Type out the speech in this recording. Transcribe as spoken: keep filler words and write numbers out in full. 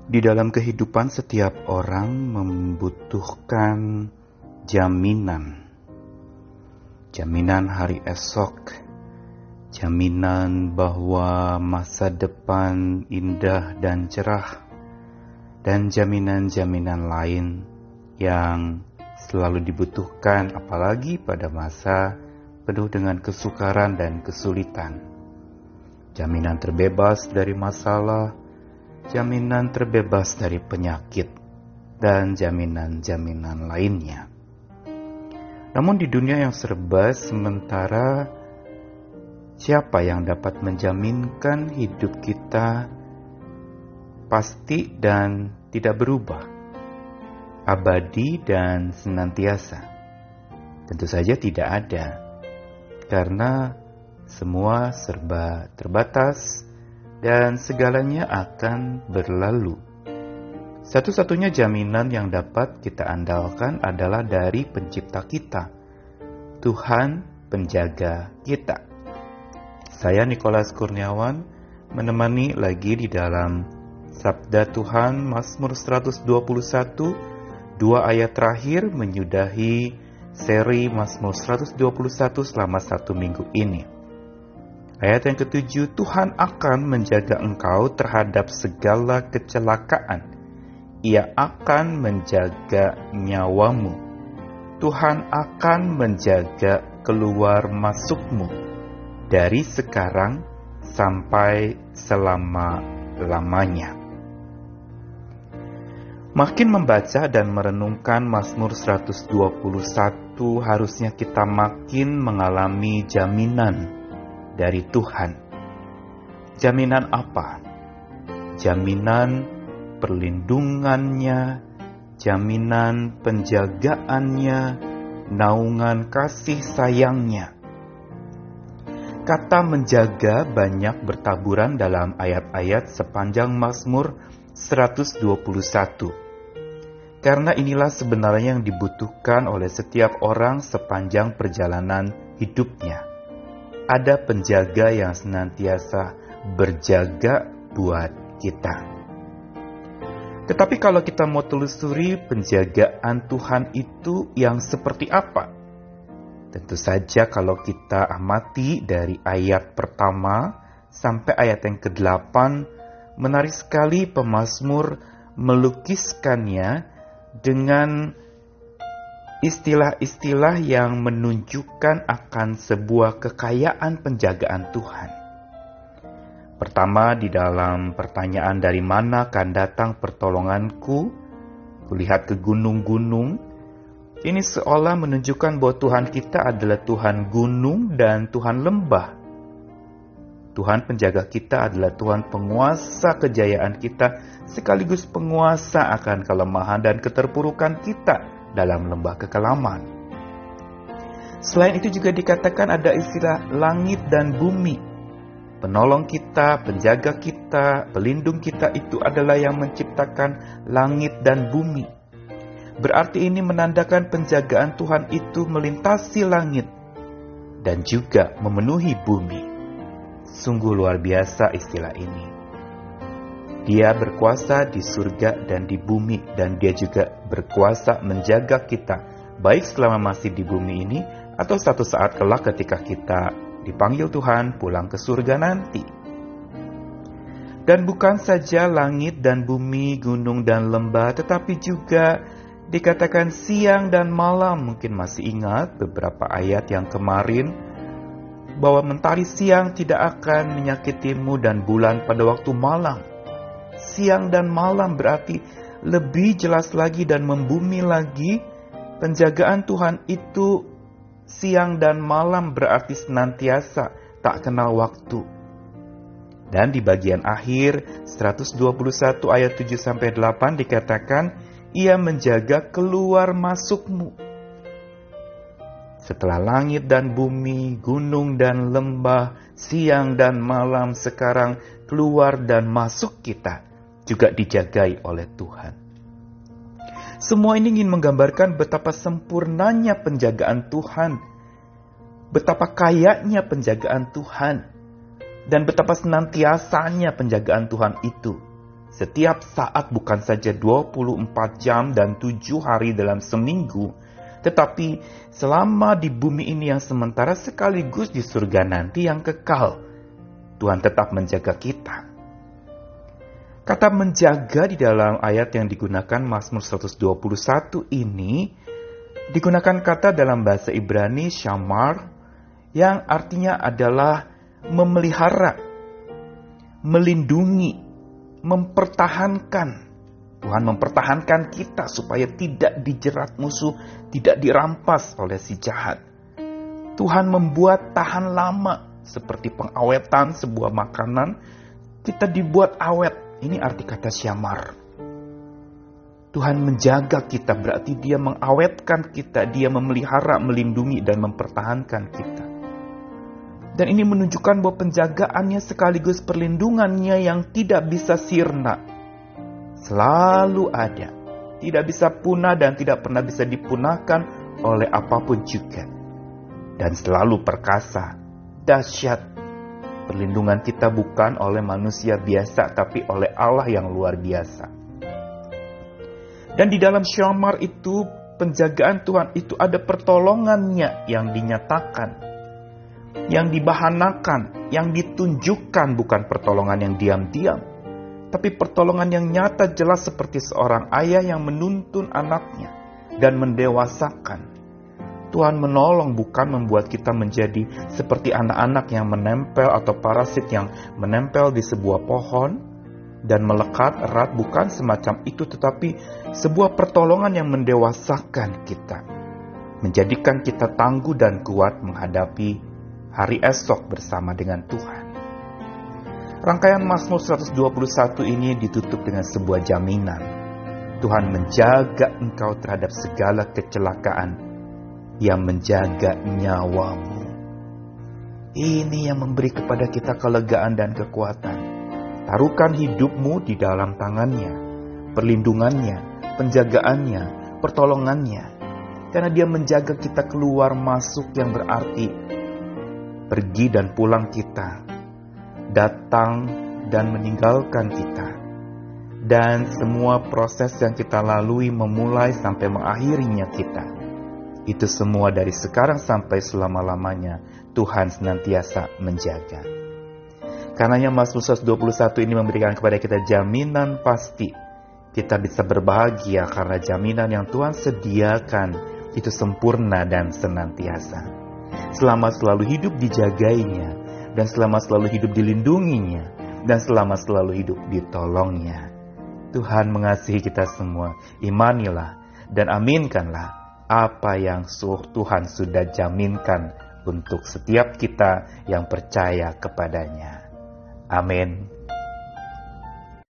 Di dalam kehidupan setiap orang membutuhkan jaminan. Jaminan hari esok, jaminan bahwa masa depan indah dan cerah, dan jaminan-jaminan lain yang selalu dibutuhkan apalagi pada masa penuh dengan kesukaran dan kesulitan. Jaminan terbebas dari masalah, jaminan terbebas dari penyakit, dan jaminan-jaminan lainnya. Namun di dunia yang serba sementara, siapa yang dapat menjaminkan hidup kita pasti dan tidak berubah, abadi dan senantiasa? Tentu saja tidak ada, karena semua serba terbatas dan segalanya akan berlalu. Satu-satunya jaminan yang dapat kita andalkan adalah dari pencipta kita, Tuhan penjaga kita. Saya Nikolas Kurniawan menemani lagi di dalam Sabda Tuhan Mazmur seratus dua puluh satu, dua ayat terakhir menyudahi seri Mazmur seratus dua puluh satu selama satu minggu ini. Ayat yang ketujuh, Tuhan akan menjaga engkau terhadap segala kecelakaan. Ia akan menjaga nyawamu. Tuhan akan menjaga keluar masukmu dari sekarang sampai selama-lamanya. Makin membaca dan merenungkan Mazmur seratus dua puluh satu, harusnya kita makin mengalami jaminan dari Tuhan. Jaminan apa? Jaminan perlindungannya, jaminan penjagaannya, naungan kasih sayangnya. Kata menjaga banyak bertaburan dalam ayat-ayat sepanjang Mazmur seratus dua puluh satu. Karena inilah sebenarnya yang dibutuhkan oleh setiap orang sepanjang perjalanan hidupnya. Ada penjaga yang senantiasa berjaga buat kita. Tetapi kalau kita mau telusuri penjagaan Tuhan itu yang seperti apa? Tentu saja kalau kita amati dari ayat pertama sampai ayat yang kedelapan, menarik sekali pemazmur melukiskannya dengan istilah-istilah yang menunjukkan akan sebuah kekayaan penjagaan Tuhan. Pertama, di dalam pertanyaan dari mana akan datang pertolonganku, kulihat ke gunung-gunung. Ini seolah menunjukkan bahwa Tuhan kita adalah Tuhan gunung dan Tuhan lembah. Tuhan penjaga kita adalah Tuhan penguasa kejayaan kita, sekaligus penguasa akan kelemahan dan keterpurukan kita dalam lembah kekelaman. Selain itu juga dikatakan ada istilah langit dan bumi. Penolong kita, penjaga kita, pelindung kita itu adalah yang menciptakan langit dan bumi. Berarti ini menandakan penjagaan Tuhan itu melintasi langit dan juga memenuhi bumi. Sungguh luar biasa istilah ini. Dia berkuasa di surga dan di bumi, dan dia juga berkuasa menjaga kita, baik selama masih di bumi ini, atau satu saat kelak ketika kita dipanggil Tuhan pulang ke surga nanti. Dan bukan saja langit dan bumi, gunung dan lembah, tetapi juga dikatakan siang dan malam. Mungkin masih ingat beberapa ayat yang kemarin, bahwa mentari siang tidak akan menyakitimu dan bulan pada waktu malam. Siang dan malam berarti lebih jelas lagi dan membumi lagi. Penjagaan Tuhan itu siang dan malam berarti senantiasa, tak kenal waktu. Dan di bagian akhir seratus dua puluh satu ayat tujuh sampai delapan dikatakan, Ia menjaga keluar masukmu. Setelah langit dan bumi, gunung dan lembah, siang dan malam, sekarang keluar dan masuk kita juga dijagai oleh Tuhan. Semua ini ingin menggambarkan betapa sempurnanya penjagaan Tuhan, betapa kayanya penjagaan Tuhan, dan betapa senantiasanya penjagaan Tuhan itu. setiap saat, bukan saja dua puluh empat jam dan tujuh hari dalam seminggu, tetapi selama di bumi ini yang sementara sekaligus di surga nanti yang kekal. Tuhan tetap menjaga kita. Kata menjaga di dalam ayat yang digunakan Mazmur seratus dua puluh satu ini digunakan kata dalam bahasa Ibrani shamar yang artinya adalah memelihara, melindungi, mempertahankan. Tuhan mempertahankan kita supaya tidak dijerat musuh, tidak dirampas oleh si jahat. Tuhan membuat tahan lama, seperti pengawetan sebuah makanan, kita dibuat awet. Ini arti kata syamar. Tuhan menjaga kita, berarti Dia mengawetkan kita, Dia memelihara, melindungi, dan mempertahankan kita. Dan ini menunjukkan bahwa penjagaannya sekaligus perlindungannya yang tidak bisa sirna. Selalu ada. Tidak bisa punah dan tidak pernah bisa dipunahkan oleh apapun juga. Dan selalu perkasa, dahsyat. Perlindungan kita bukan oleh manusia biasa, tapi oleh Allah yang luar biasa. Dan di dalam syamar itu, penjagaan Tuhan itu ada pertolongannya yang dinyatakan, yang dibahanakan, yang ditunjukkan, bukan pertolongan yang diam-diam, tapi pertolongan yang nyata jelas seperti seorang ayah yang menuntun anaknya dan mendewasakan. Tuhan menolong, bukan membuat kita menjadi seperti anak-anak yang menempel atau parasit yang menempel di sebuah pohon dan melekat erat, bukan semacam itu, tetapi sebuah pertolongan yang mendewasakan kita, menjadikan kita tangguh dan kuat menghadapi hari esok bersama dengan Tuhan. Rangkaian Mazmur seratus dua puluh satu ini ditutup dengan sebuah jaminan. Tuhan menjaga engkau terhadap segala kecelakaan, yang menjaga nyawamu. Ini yang memberi kepada kita kelegaan dan kekuatan. Taruhkan hidupmu di dalam tangannya, perlindungannya, penjagaannya, pertolongannya. Karena Dia menjaga kita keluar masuk, yang berarti pergi dan pulang kita, datang dan meninggalkan kita. Dan semua proses yang kita lalui memulai sampai mengakhirinya kita. Itu semua dari sekarang sampai selama-lamanya Tuhan senantiasa menjaga. Karenanya Mazmur seratus dua puluh satu ini memberikan kepada kita jaminan pasti. Kita bisa berbahagia karena jaminan yang Tuhan sediakan itu sempurna dan senantiasa. Selama selalu hidup dijagainya, dan selama selalu hidup dilindunginya, dan selama selalu hidup ditolongnya. Tuhan mengasihi kita semua. Imanilah dan aminkanlah apa yang Tuhan sudah jaminkan untuk setiap kita yang percaya kepadanya. Amin.